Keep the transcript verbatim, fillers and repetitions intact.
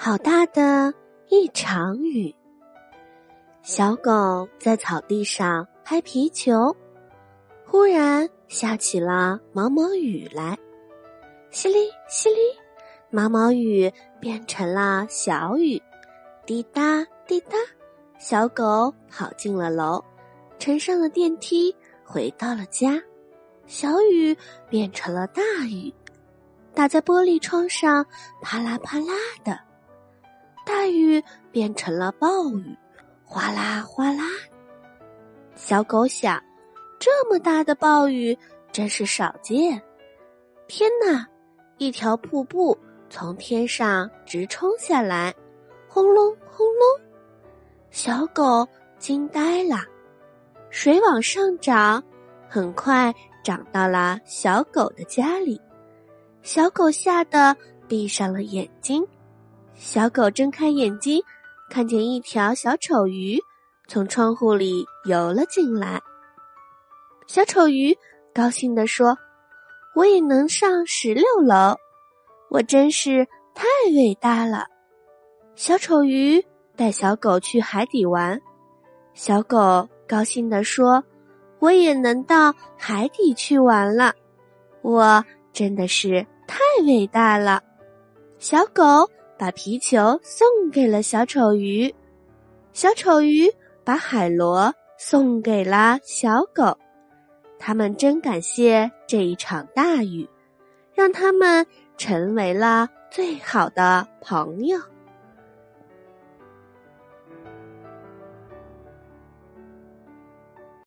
好大的一场雨。小狗在草地上拍皮球，忽然下起了毛毛雨来，淅沥淅沥，毛毛雨变成了小雨，滴答滴答，小狗跑进了楼，乘上了电梯，回到了家。小雨变成了大雨，打在玻璃窗上，啪啦啪啦的。大雨变成了暴雨，哗啦哗啦。小狗想，这么大的暴雨真是少见。天哪，一条瀑布从天上直冲下来，轰隆轰隆。小狗惊呆了，水往上涨，很快涨到了小狗的家里。小狗吓得闭上了眼睛。小狗睁开眼睛，看见一条小丑鱼从窗户里游了进来。小丑鱼高兴地说：“我也能上十六楼，我真是太伟大了。”小丑鱼带小狗去海底玩。小狗高兴地说：“我也能到海底去玩了，我真的是太伟大了。”小狗把皮球送给了小丑鱼，小丑鱼把海螺送给了小狗。他们真感谢这一场大雨，让他们成为了最好的朋友。